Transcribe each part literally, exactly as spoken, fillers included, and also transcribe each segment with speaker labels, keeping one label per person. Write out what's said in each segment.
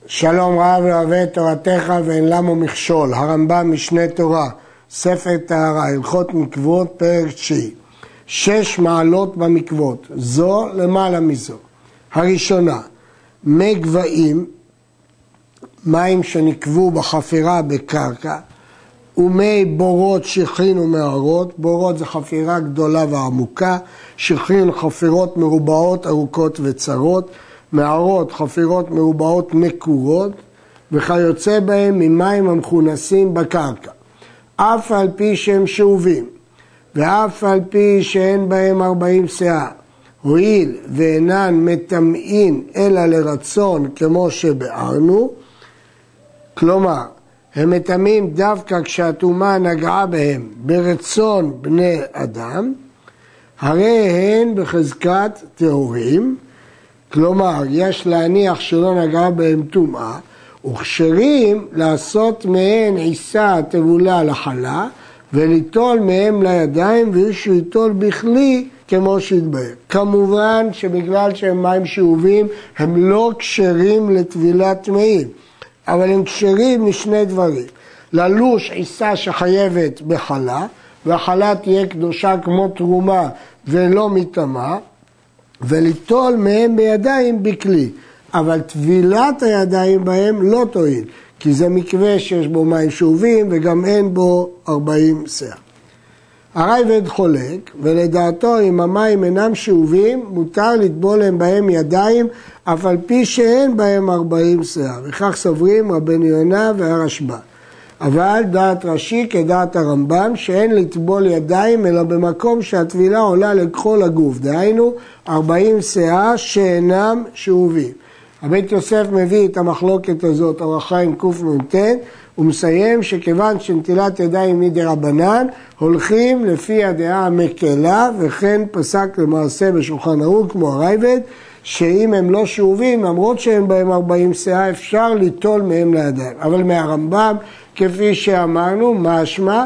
Speaker 1: שלום רב לא אוהב את תורתך ואין למו מכשול. הרמב"ם משנה תורה, ספר טהרה, הלכות מקוות, פרק תשיעי. שש מעלות במקוות, זו למעלה מזו. הראשונה, מי גבעים, מים שנקבו בחפירה בקרקע, ומי בורות, שכרין ומערות. בורות זה חפירה גדולה ועמוקה, שכרין חפירות מרובעות ארוכות וצרות, מערות חפירות מרובעות מקורות, וכיוצא בהם ממים המכונסים בקרקע. אף על פי שהם שאובים, ואף על פי שאין בהם ארבעים שאה, הואיל ואינן מטמאים אלא לרצון כמו שבארנו, כלומר, הם מטמאים דווקא כשהטומאה נגעה בהם ברצון בני אדם, הרי הן בחזקת טהורים, כלומר, יש להניח שלא נגעה בהם טומאה, וכשרים לעשות מהן עיסה טבולה לחלה, וליטול מהם לידיים, ואישו ייטול בכלי כמו שהתבהר. כמובן שבגלל שהם מים שאובים, הם לא כשרים לטבילת טמאים, אבל הם כשרים משני דברים. ללוש עיסה שחייבת בחלה, והחלה תהיה קדושה כמו תרומה ולא מטמאה, וליטול מהם בידיים בכלי, אבל טבילת הידיים בהם לא תועיל, כי זה מקווה שיש בו מים שאובים וגם אין בו ארבעים שאה. הרייבד חולק, ולדעתו אם המים אינם שאובים, מותר לטבול להם בהם ידיים, אף על פי שאין בהם ארבעים שאה, וכך סוברים רבנו יונה והרשב"א. אבל דעת רש"י כדעת הרמב"ם שאין לטבול ידיים אלא במקום שהטבילה עולה לכל הגוף, דהיינו ארבעים שאה שאינם שאובים. הבית יוסף מביא את המחלוקת הזאת, אור החיים קנ"ט, ומסיים שכיוון שנטילת ידיים מדרבנן, הולכים לפי הדעה המקלה, וכן פסק למעשה בשולחן ערוך כמו הרייבד, שאם הם לא שאובים, למרות שהם בהם ארבעים שאה, אפשר ליטול מהם לידיים. אבל מהרמב"ם, כפי שאמרנו, משמע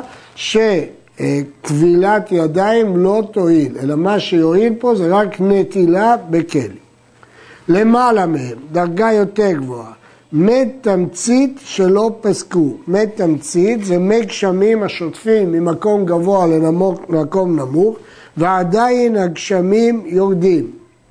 Speaker 1: שטבילת ידיים לא תועיל, אלא מה שיועיל פה זה רק נטילה בכלי. למעלה מהם, דרגה יותר גבוהה, מי תמצית שלא פסקו. מי תמצית זה מי גשמים השוטפים ממקום גבוה למקום נמוך, ועדיין הגשמים יורדים.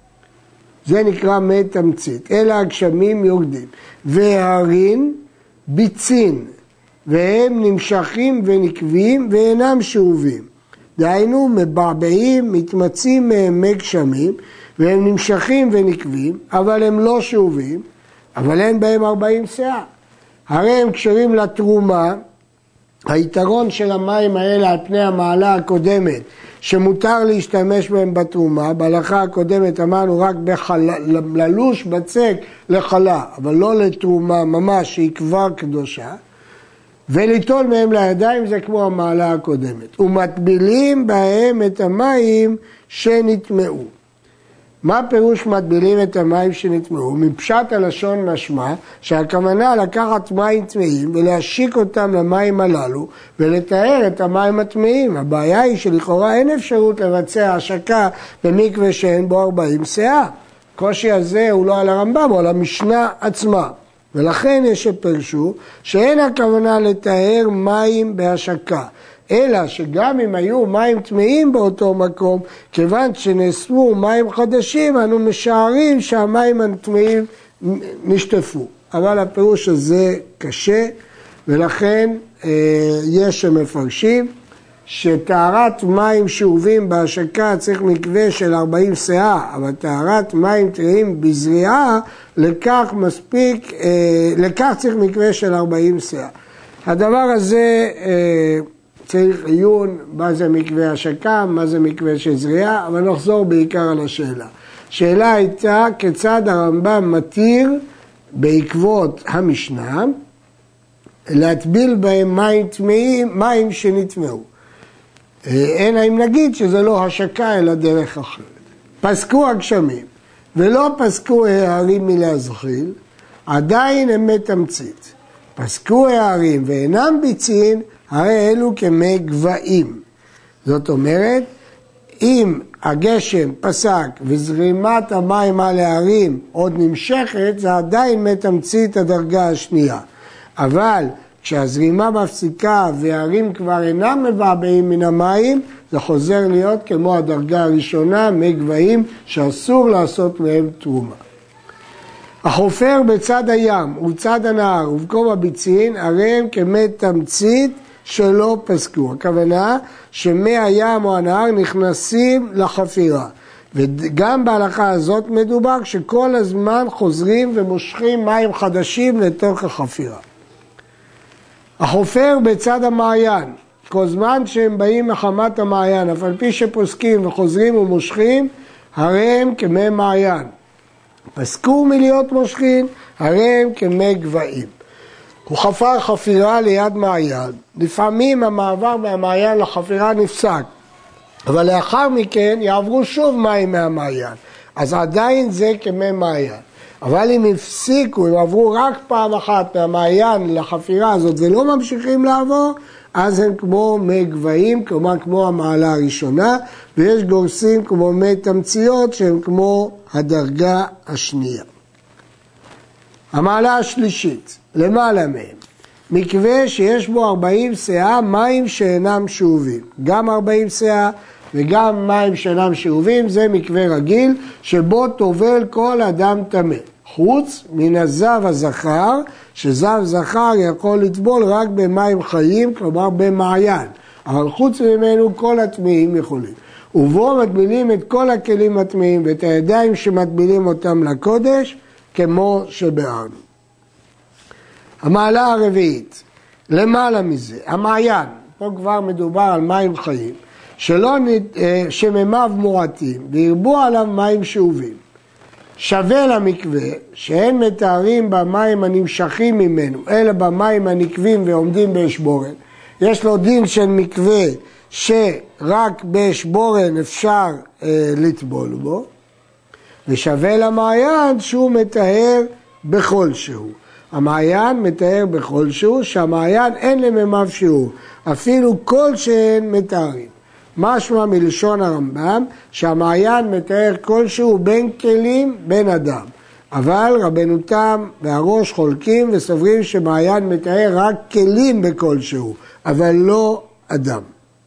Speaker 1: זה נקרא מי תמצית, אלא הגשמים יורדים. והרין ביצין, והם נמשכים ונקבים ואינם שאובים. דהיינו מבעבעים, מתמצים מהם מי גשמים, והם נמשכים ונקבים, אבל הם לא שאובים, אבל אין בהם ארבעים שאה. הרי הם קשרים לתרומה. היתרון של המים האלה על פני המעלה הקודמת, שמותר להשתמש בהם בתרומה, בהלכה הקודמת אמרנו רק בחלה, ללוש בצק לחלה, אבל לא לתרומה ממש שהיא כבר קדושה, וליטול מהם לידיים זה כמו המעלה הקודמת. ומטבילים בהם את המים שנטמעו. מה פירוש מטבילים את המים שנטמעו? מפשט הלשון משמע שהכוונה לקחת מים טמאים ולהשיק אותם למים הללו ולתאר את המים הטמאים. הבעיה היא שלכאורה אין אפשרות לבצע השקה במקווה שאין בו ארבעים שאה. הקושי הזה הוא לא על הרמב"ם, הוא על המשנה עצמה. ולכן יש שפרשו שאין הכוונה לתאר מים בהשקה, אלא שגם אם היו מים טמאים באותו מקום, כיוון שנאספו מים חדשים, אנו משערים שהמים הטמאים נשטפו. אבל הפירוש הזה קשה, ולכן אה, יש שמפרשים שטהרת מים שאובים בהשקה צריך מקווה של ארבעים שאה, אבל טהרת מים טריים בזריעה, לכך מספיק, אה, לכך צריך מקווה של ארבעים שאה. הדבר הזה אה, צריך עיון, מה זה מקווה השקה, מה זה מקווה של זריעה, אבל נחזור בעיקר על השאלה. השאלה הייתה כיצד הרמב"ם מתיר בעקבות המשנה להטביל בהם מים טמאים, מים שנטמעו. אין האם נגיד שזה לא השקה אלא דרך אחרת. פסקו הגשמים ולא פסקו הערים מלהזחיל, עדיין הם מתמצית. פסקו הערים ואינם ביצין, הרי אלו כמי גבעים. זאת אומרת, אם הגשם פסק וזרימת המים על ההרים עוד נמשכת, זה עדיין מתמצית הדרגה השנייה. אבל כשהזרימה מפסיקה וההרים כבר אינם מבעבעים מן המים, זה חוזר להיות כמו הדרגה הראשונה, מי גבהים שאסור לעשות מהם תרומה. החופר בצד הים ובצד הנהר ובקום הביצין, הרי הם כמי תמצית שלא פסקו. הכוונה שמי הים או הנהר נכנסים לחפירה. וגם בהלכה הזאת מדובר שכל הזמן חוזרים ומושכים מים חדשים לתוך החפירה. החופר בצד המעיין, כל זמן שהם באים מחמת המעיין, אף על פי שפוסקים וחוזרים ומושכים, הרי הם כמי מעיין. פסקו מלהיות מושכים, הרי הם כמי גבהים. הוא חפר חפירה ליד מעיין, לפעמים המעבר מהמעיין לחפירה נפסק, אבל לאחר מכן יעברו שוב מים מהמעיין, אז עדיין זה כמי מעיין. אבל אם הפסיקו, אם עברו רק פעם אחת מהמעיין לחפירה הזאת ולא ממשיכים לעבור, אז הם כמו מי גבהים, כלומר כמו המעלה הראשונה, ויש גורסים כמו מי תמציות שהם כמו הדרגה השנייה. המעלה השלישית, למעלה מהם, מקווה שיש בו ארבעים שאה מים שאינם שאובים. גם ארבעים שאה וגם מים שאינם שאובים, זה מקווה רגיל שבו טובל כל אדם טמא. חוץ מן הזב הזכר, שזב זכר יכול לטבול רק במים חיים, כלומר במעיין. אבל חוץ ממנו כל הטמאים יכולים. ובו מטבילים את כל הכלים הטמאים ואת הידיים שמטבילים אותם לקודש, כמו שבארנו. המעלה הרביעית, למעלה מזה, המעיין, פה כבר מדובר על מים חיים, שלא נת... שממיו מועטים והרבו עליו מים שאובים. שווה למקווה שאין מתארים במים הנמשכים ממנו, אלא במים הנקבים ועומדים באשבורן. יש לו דין של מקווה שרק באשבורן אפשר אה, לטבול בו, ושווה למעיין שהוא מתאר בכל שהוא. המעיין מתאר בכל שהוא, שהמעיין אין לממיו שיעור, אפילו כל שהן מתארים. משמע מלשון הרמב"ם שהמעיין מתאר כלשהו בין כלים בין אדם, אבל רבנו תם והראש חולקים וסוברים שמעיין מתאר רק כלים בכלשהו, אבל לא אדם.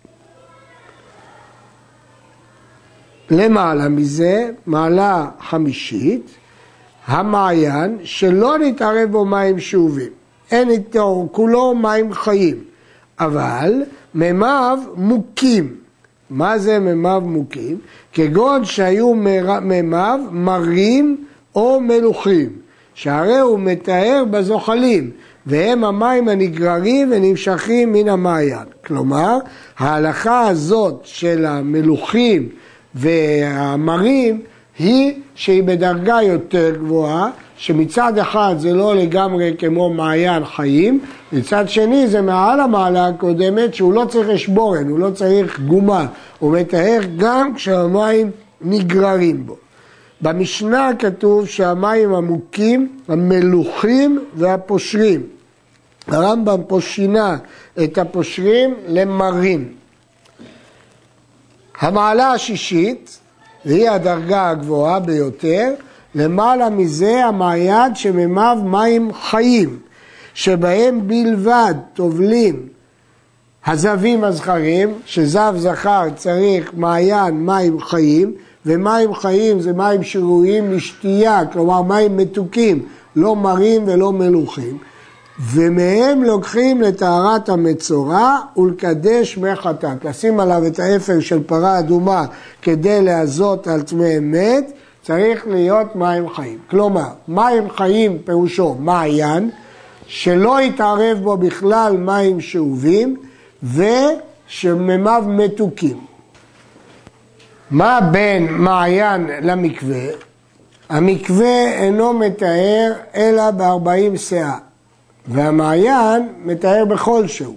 Speaker 1: למעלה מזה, מעלה חמישית, המעיין שלא נתערב בו מים שאובים, אין איתו כולו מים חיים, אבל מימיו מוכים. מה זה מימיו מוכים? כגון שהיו מימיו מרים או מלוכים, שהרי הוא מתאר בזוחלים, והם המים הנגררים ונמשכים מן המעיין. כלומר, ההלכה הזאת של המלוכים והמרים היא שהיא בדרגה יותר גבוהה, שמצד אחד זה לא לגמרי כמו מעיין חיים, מצד שני זה מעל המעלה הקודמת שהוא לא צריך אשבורן, הוא לא צריך גומה, הוא מתאר גם כשהמים נגררים בו. במשנה כתוב שהמים עמוקים, המלוכים והפושרים. הרמב"ם פה שינה את הפושרים למרים. המעלה השישית, והיא הדרגה הגבוהה ביותר, למעלה מזה המעיין שממיו מים חיים, שבהם בלבד טובלים הזבים הזכרים, שזב זכר צריך מעיין מים חיים, ומים חיים זה מים שראויים לשתייה, כלומר מים מתוקים, לא מרים ולא מלוכים, ומהם לוקחים לטהרת המצורע ולקדש מי חטאת, לשים עליו את האפר של פרה אדומה כדי להזות על טמא מת, צריך להיות מים חיים. כלומר, מים חיים פירושו מעיין, שלא יתערב בו בכלל מים שאובים, ושממיו מתוקים. מה בין מעיין למקווה? המקווה אינו מתאר אלא בארבעים שאה, והמעיין מתאר בכל שהוא.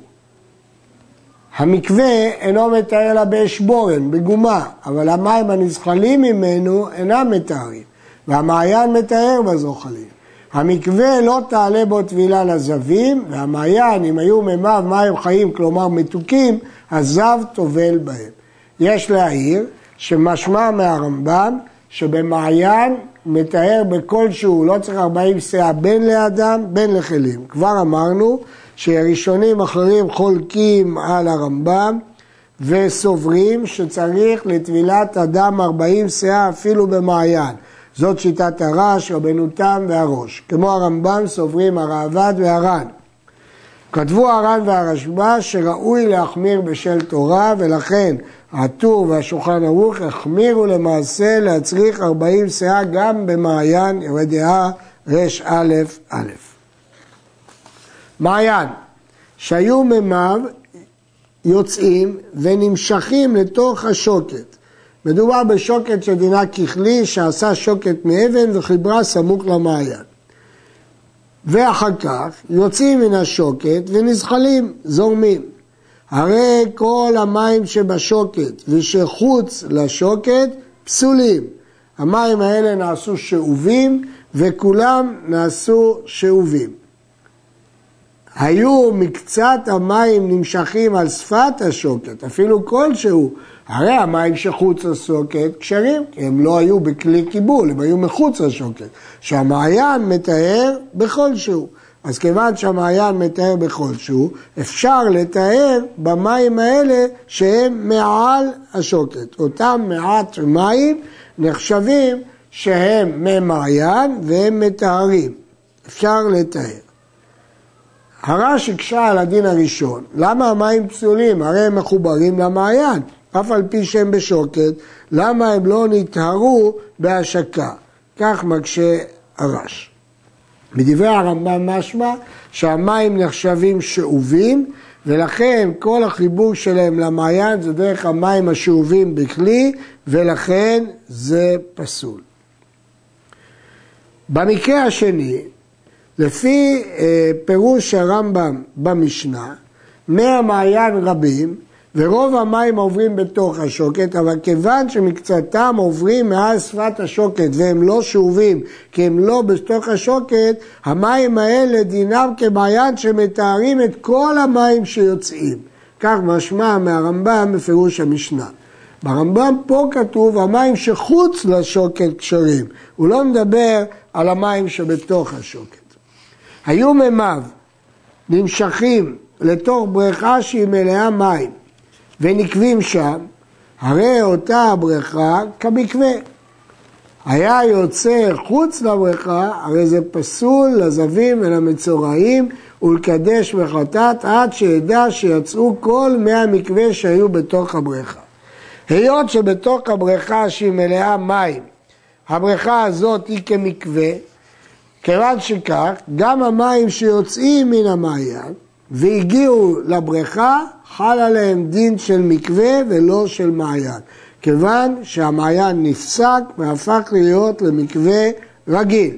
Speaker 1: המקווה אינו מתאר אלא באשבורן, בגומה, אבל המים הנזחלים ממנו אינם מתארים, והמעיין מתאר בזוחלים. המקווה לא תעלה בו טבילה לזבים, והמעיין, אם היו מימיו מים חיים, כלומר מתוקים, הזב טובל בהם. יש להעיר שמשמע מהרמב"ם שבמעיין מתאר בכל שהוא, לא צריך ארבעים סאה בין לאדם בין לכלים. כבר אמרנו שהראשונים אחרים חולקים על הרמב"ם וסוברים שצריך לטבילת אדם ארבעים סאה אפילו במעיין. זאת שיטת הרש, רבנו תם והראש. כמו הרמב"ם סוברים הראב"ד והר"ן. כתבו הר"ן והרשב"א שראוי להחמיר בשל תורה, ולכן הטור והשולחן ערוך החמירו למעשה להצריך ארבעים סאה גם במעיין, יורה דעה רש א' א'. מעיין, שהיו מימיו יוצאים ונמשכים לתוך השוקת. מדובר בשוקת שדינה ככלי שעשה שוקת מאבן וחיברה סמוך למעיין. ואחר כך יוצאים מן השוקת ונזחלים, זורמים. הרי כל המים שבשוקת ושחוץ לשוקת פסולים. המים האלה נעשו שאובים וכולם נעשו שאובים. היו מקצת המים נמשכים על שפת השוקת, אפילו כלשהו. הרי המים שחוץ לשוקת כשרים, הם לא היו בכלי קיבול, הם היו מחוץ לשוקת. שהמעיין מתאר בכלשהו. אז כיוון שהמעיין מתאר בכלשהו, אפשר לתאר במים האלה שהם מעל השוקת. אותם מעט מים נחשבים שהם ממעיין והם מתארים. אפשר לתאר. הרש הקשה על הדין הראשון. למה המים פסולים? הרי הם מחוברים למעיין. אף על פי שהם בשוקת, למה הם לא נטהרו בהשקה? כך מקשה הרש. בדברי הרמב"ם משמע שהמים נחשבים שאובים, ולכן כל החיבור שלהם למעיין זה דרך המים השאובים בכלי, ולכן זה פסול. במקרה השני, לפי אה, פירוש הרמב"ם במשנה, מהמעיין רבים, ורוב המים עוברים בתוך השוקת, אבל כיוון שמקצתם עוברים מעל שפת השוקת והם לא שאובים, כי הם לא בתוך השוקת, המים האלה דינם כמעיין שמתארים את כל המים שיוצאים. כך משמע מהרמב"ם בפירוש המשנה. ברמב"ם פה כתוב המים שחוץ לשוקת כשרים, הוא לא מדבר על המים שבתוך השוקת. היו מימיו נמשכים לתוך בריכה שהיא מלאה מים, ונקבים שם, הרי אותה הבריכה כמקווה. היה יוצא חוץ לבריכה, הרי זה פסול לזבים ולמצורעים, ולקדש בחטאת עד שידע שיצאו כל מי המקווה שהיו בתוך הבריכה. היות שבתוך הבריכה שהיא מלאה מים, הבריכה הזאת היא כמקווה, כיוון שכך, גם המים שיוצאים מן המעיין, והגיעו לבריכה, חל עליהם דין של מקווה ולא של מעיין. כיוון שהמעיין נפסק והפך להיות למקווה רגיל.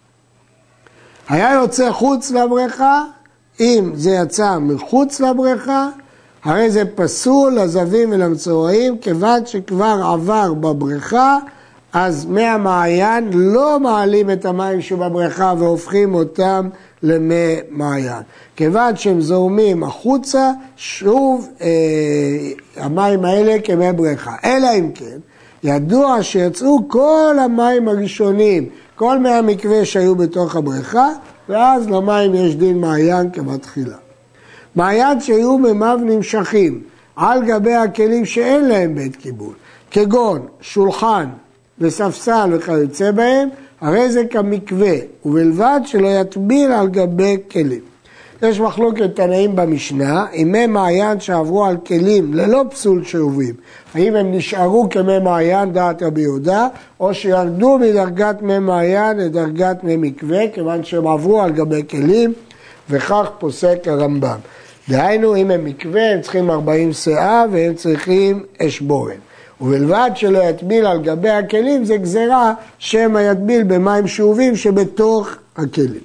Speaker 1: היה יוצא חוץ לבריכה, אם זה יצא מחוץ לבריכה, הרי זה פסול לזבים ולמצורעים, כיוון שכבר עבר בבריכה, אז מהמעיין לא מעלים את המים שבבריכה והופכים אותם למי מעיין. כיוון שהם זורמים החוצה, שוב אה, המים האלה כמי בריכה. אלא אם כן, ידוע שיצאו כל המים הראשונים, כל מי המקווה שהיו בתוך הבריכה, ואז למים יש דין מעיין כבתחילה. מעיין שהיו מימיו נמשכים על גבי הכלים שאין להם בית קיבול, כגון שולחן וספסל וכיוצא בהם, הרי זה כמקווה, ובלבד שלא יטביל על גבי כלים. יש מחלוקת תנאים במשנה, אם מי מעיין שעברו על כלים ללא פסול שאובים, האם הם נשארו כמי מעיין דעת רבי יהודה, או שירדו מדרגת מי מעיין לדרגת מי מקווה, כיוון שהם עברו על גבי כלים, וכך פוסק הרמב"ם. דהיינו, אם הם מקווה, הם צריכים ארבעים סאה והם צריכים אשבורן. ובלבד שלא יטביל על גבי הכלים, זה גזרה שמא יטביל במים שאובים שבתוך הכלים.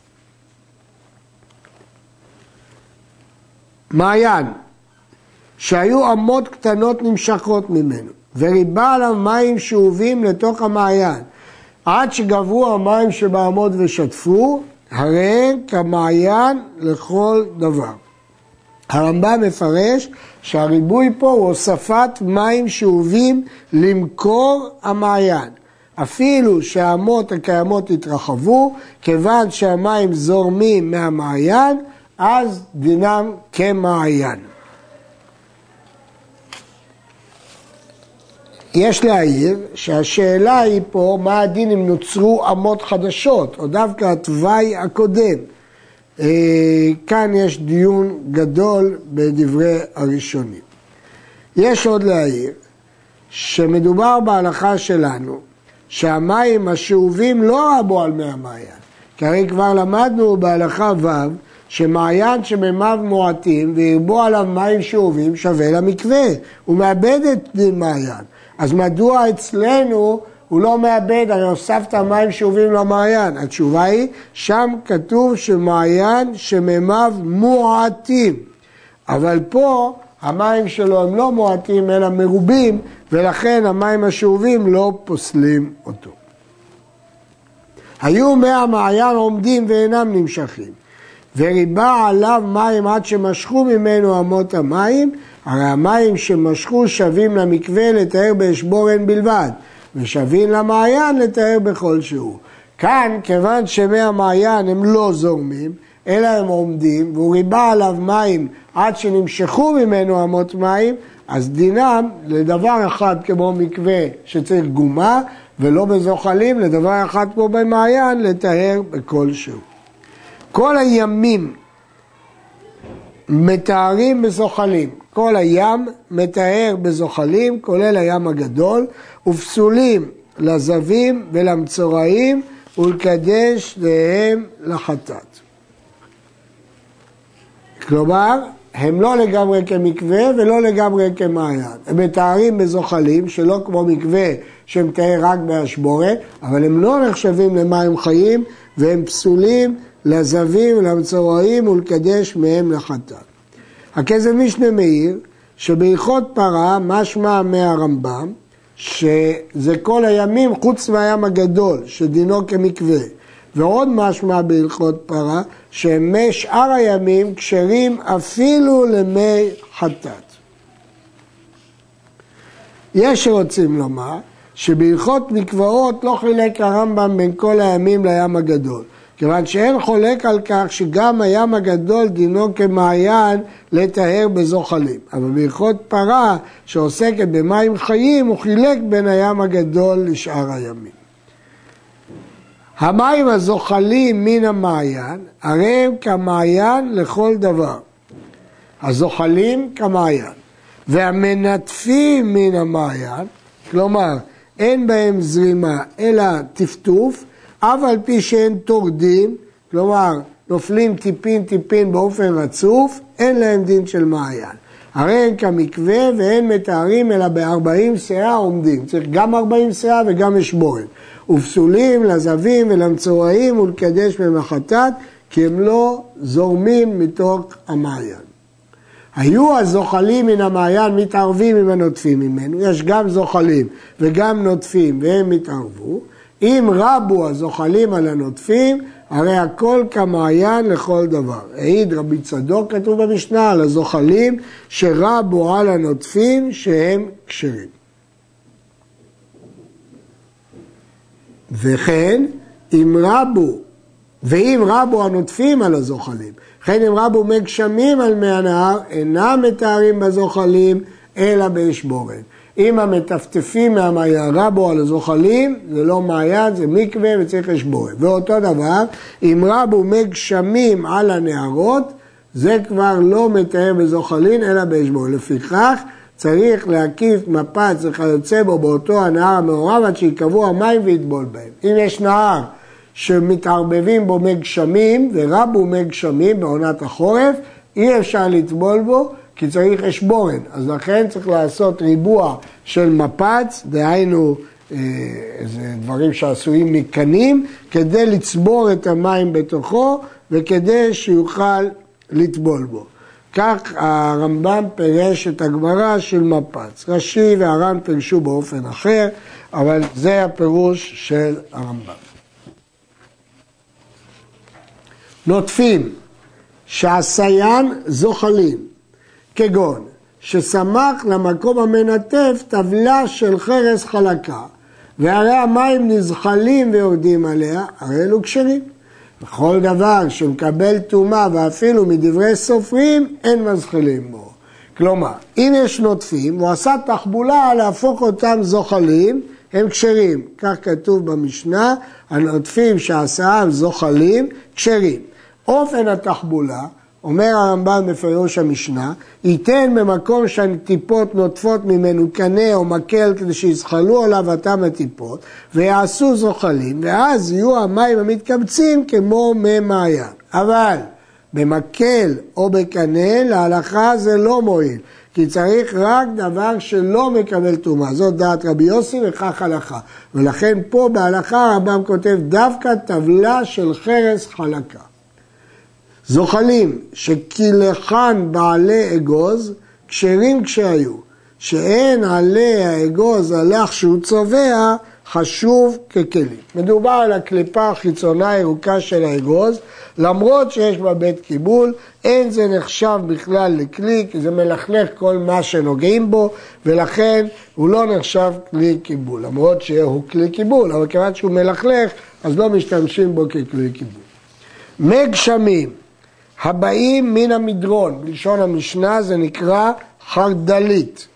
Speaker 1: מעיין, שהיו אמות קטנות נמשכות ממנו, וריבה עליו מים שאובים לתוך המעיין, עד שגברו המים שבאמות ושטפו, הרי כמעיין לכל דבר. הרמב"ם מפרש שהריבוי פה הוא הוספת מים שאובים למקור המעיין. אפילו שהאמות הקיימות התרחבו, כיוון שהמים זורמים מהמעיין, אז דינם כמעיין. יש להעיר שהשאלה היא פה, מה הדין אם נוצרו אמות חדשות, או דווקא התוואי הקודם. כאן יש דיון גדול בדברי הראשונים. יש עוד להעיר שמדובר בהלכה שלנו, שהמים השאובים לא רבו על מי המעיין. כי הרי כבר למדנו בהלכה ו' שמעיין שממיו מועטים והרבו עליו מים שאובים שווה למקווה. הוא מאבד את דין מעיין. אז מדוע אצלנו הוא לא מאבד, הרי הוספת מים שאובים למעיין? התשובה היא, שם כתוב שמעיין שממיו מועטים. אבל פה המים שלו הם לא מועטים אלא מרובים, ולכן המים השאובים לא פוסלים אותו. היו מי המעיין עומדים ואינם נמשכים, וריבה עליו מים עד שמשכו ממנו אמות המים, הרי המים שמשכו שווים למקווה לטהר באשבורן בלבד, ושווים למעיין לטהר בכל שהוא. כאן, כיוון שמי המעיין הם לא זורמים, אלא הם עומדים, והוא ריבה עליו מים עד שנמשכו ממנו אמות מים, אז דינם לדבר אחד כמו מקווה שצריך גומה, ולא בזוחלים, לדבר אחד כמו במעיין לטהר בכל שהוא. כל הימים מתארים בזוחלים, כל הים מתאר בזוחלים, כולל הים הגדול, ופסולים לזבים ולמצורעים, ולקדש להם לחטאת. כלומר, הם לא לגמרי כמקווה ולא לגמרי כמעיין. הם מתארים בזוחלים, שלא כמו מקווה שמתאר רק באשבורת, אבל הם לא נחשבים למים חיים, והם פסולים לזבים ולמצורעים ולקדש מהם לחטאת. הכסף משנה מאיר, שבהלכות פרה משמע מהרמב"ם, שזה כל הימים חוץ מהים הגדול, שדינו כמקווה. ועוד משמע בהלכות פרה, שמי שאר הימים כשרים אפילו למי חטאת. יש שרוצים לומר, שבהלכות מקוואות לא חילק הרמב"ם בין כל הימים לים הגדול. כיוון שאין חולק על כך שגם הים הגדול דינו כמעיין לטהר בזוחלים. אבל בהלכות פרה שעוסקת במים חיים הוא חילק בין הים הגדול לשאר הימים. המים הזוחלים מן המעיין, הרי הם כמעיין לכל דבר. הזוחלים כמעיין. והמנטפים מן המעיין, כלומר אין בהם זרימה אלא טפטוף, אף על פי שאין תורדים, כלומר נופלים טיפין טיפין באופן רצוף, אין להם דין של מעיין. הרי הם כמקווה ואין מתארים אלא ב-ארבעים שאה עומדים. צריך גם ארבעים שאה וגם אשבורן. ופסולים לזבים ולמצורעים ולקדש במחטאת, כי הם לא זורמים מתוך המעיין. היו הזוחלים מן המעיין מתערבים עם הנוטפים ממנו, יש גם זוחלים וגם נוטפים והם מתערבו. אם רבו הזוחלים על הנוטפים, הרי הכל כמעיין לכל דבר. העיד רבי צדוק, כתוב במשנה על הזוחלים שרבו על הנוטפים שהם כשרים. וכן, אם רבו, ואם רבו הנוטפים על הזוחלים, וכן אם רבו מי גשמים על מי הנהר, אינם מתארים בזוחלים, אלא באשבורן. אם המטפטפים מהמעיין רבו על הזוחלים, זה לא מעיין, זה מקווה וצריך אשבורן. ואותו דבר, אם רבו מי גשמים על הנהרות, זה כבר לא מתאר בזוחלים, אלא באשבורן. לפיכך, צריך להקיף מפץ וכיוצא בו באותו הנהר המעורב עד שיקבעו המים ויטבול בהם. אם יש נהר שמתערבבים בו מי גשמים ורבו מי גשמים בעונת החורף, אי אפשר לטבול בו כי צריך אשבורן. אז לכן צריך לעשות ריבוע של מפץ, דהיינו איזה דברים שעשויים מקנים, כדי לצבור את המים בתוכו וכדי שיוכל לטבול בו. כך הרמב"ם פירש את הגמרא של מפץ. רש"י והר"ן פירשו באופן אחר, אבל זה הפירוש של הרמב"ם. נוטפים שעשיין זוחלים כגון שסמך למקום המנטף טבלה של חרס חלקה, והרי המים נזחלים ויורדים עליה, הרי אלו כשרים. בכל דבר שמקבל טומאה ואפילו מדברי סופרים, אין מזחילים בו. כלומר, אם יש נוטפים, הוא עשה תחבולה להפוך אותם זוחלים, הם כשרים. כך כתוב במשנה, הנוטפים שעשאם זוחלים, כשרים. אופן התחבולה, אומר הרמב"ם בפירוש המשנה, ייתן במקום שהטיפות נוטפות ממנו קנה או מקל כדי שיזחלו עליו התם הטיפות, ויעשו זוחלים, ואז יהיו המים המתקבצים כמו מי מעיין. אבל במקל או בקנה להלכה זה לא מועיל, כי צריך רק דבר שלא מקבל טומאה. זאת דעת רבי יוסי וכך הלכה. ולכן פה בהלכה הרמב"ם כותב דווקא טבלה של חרס חלקה. זוחלים שכילחן בעלי אגוז, כשרים כשהיו, שאין עלי האגוז הלך שהוא צובע, חשוב ככלים. מדובר על הקליפה החיצונה הירוקה של האגוז, למרות שיש בה בית קיבול, אין זה נחשב בכלל לכלי, כי זה מלכלך כל מה שנוגעים בו, ולכן הוא לא נחשב כלי קיבול, למרות שהוא כלי קיבול, אבל כיוון שהוא מלכלך, אז לא משתמשים בו ככלי קיבול. מי גשמים הבאים מן המדרון, בלשון המשנה זה נקרא חרדלית.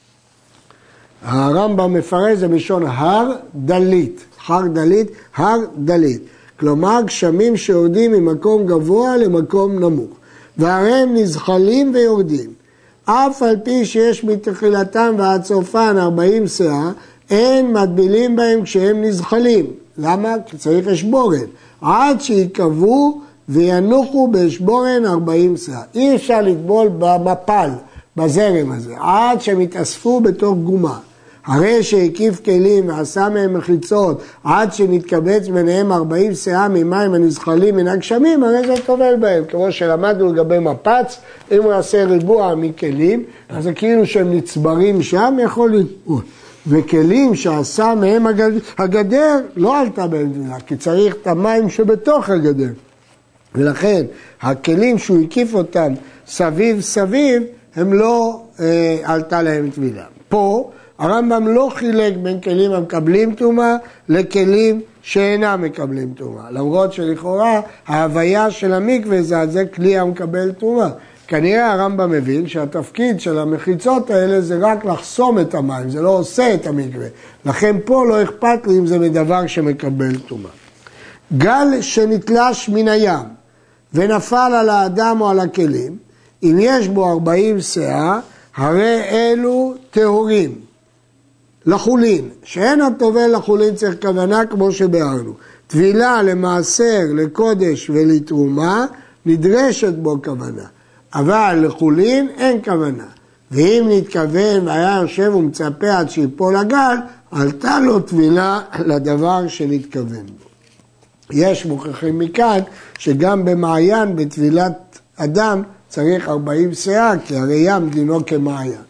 Speaker 1: הרמב"ם מפרש זה בלשון הר דלית, הר דלית, הר דלית. כלומר, גשמים שיורדים ממקום גבוה למקום נמוך. והרי הם נזחלים ויורדים. אף על פי שיש מתחילתם ועד סופן ארבעים שאה, אין מטבילים בהם כשהם נזחלים. למה? כי צריך אשבורן. עד שיקבעו וינוחו באשבורן ארבעים שאה. אי אפשר לטבול במפל, בזרם הזה, עד שהם יתאספו בתוך גומה. הרי שהקיף כלים ועשה מהם מחיצות, עד שנתקבץ ביניהם ארבעים שאה ממים הנזחלים מן הגשמים, הרי זה טובל בהם. כמו שלמדנו לגבי מפץ, אם הוא יעשה ריבוע מכלים, אז זה כאילו שהם נצברים שם, יכול להיות. וכלים שעשה מהם הגדר, לא עלתה בהם דבילה, כי צריך את המים שבתוך הגדר. ולכן, הכלים שהוא הקיף אותם סביב סביב, הם לא אה, עלתה להם טבילה. פה, הרמב"ם לא חילק בין כלים המקבלים טומאה לכלים שאינם מקבלים טומאה. למרות שלכאורה ההוויה של המקווה זה על זה כלי המקבל טומאה. כנראה הרמב"ם מבין שהתפקיד של המחיצות האלה זה רק לחסום את המים, זה לא עושה את המקווה. לכן פה לא אכפת לי אם זה מדבר שמקבל טומאה. גל שנתלש מן הים ונפל על האדם או על הכלים, אם יש בו ארבעים שאה, הרי אלו טהורים. לחולין, שאין הטובל לחולין צריך כוונה כמו שבארנו. טבילה למעשר, לקודש ולתרומה, נדרשת בו כוונה. אבל לחולין אין כוונה. ואם נתכוון והיה יושב ומצפה עד שיפול הגל, עלתה לו טבילה לדבר שנתכוון בו. יש מוכרחים מכאן שגם במעיין בטבילת אדם צריך ארבעים שאה, כי הרי ים דינו כמעיין.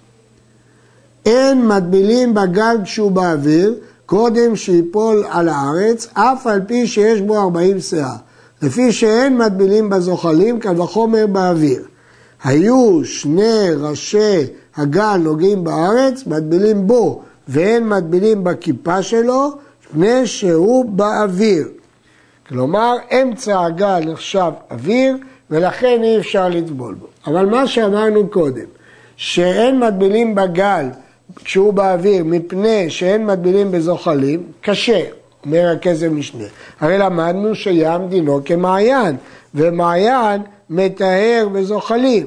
Speaker 1: אין מטבילים בגל כשהוא באוויר, קודם שיפול על הארץ, אף על פי שיש בו ארבעים שאה. לפי שאין מטבילים בזוחלים, קל וחומר באוויר. היו שני ראשי הגל נוגעים בארץ, מטבילים בו, ואין מטבילים בכיפה שלו, פני שהוא באוויר. כלומר, אמצע הגל נחשב אוויר, ולכן אי אפשר לטבול בו. אבל מה שאמרנו קודם, שאין מטבילים בגל כשהוא באוויר, מפני שאין מטבילים בזוחלים, קשה, אומר הכסף משנה. הרי למדנו שים דינו כמעיין, ומעיין מטהר בזוחלים.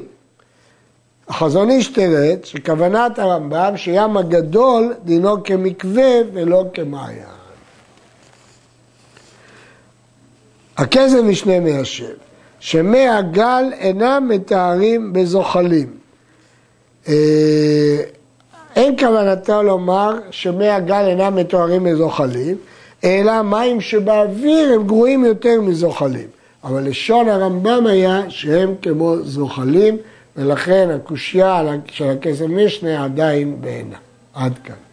Speaker 1: החזון איש תרד שכוונת הרמב"ם שים הגדול דינו כמקווה ולא כמעיין. הכסף משנה מיישב, שמי הגל אינם מטהרים בזוחלים. אין כוונתו לומר שמי הגל אינם מטהרים בזוחלים, אלא מים שבאוויר הם גרועים יותר מזוחלים. אבל לשון הרמב"ם היה שהם כמו זוחלים, ולכן הקושיה של הכסף משנה עדיין בעינה. עד כאן.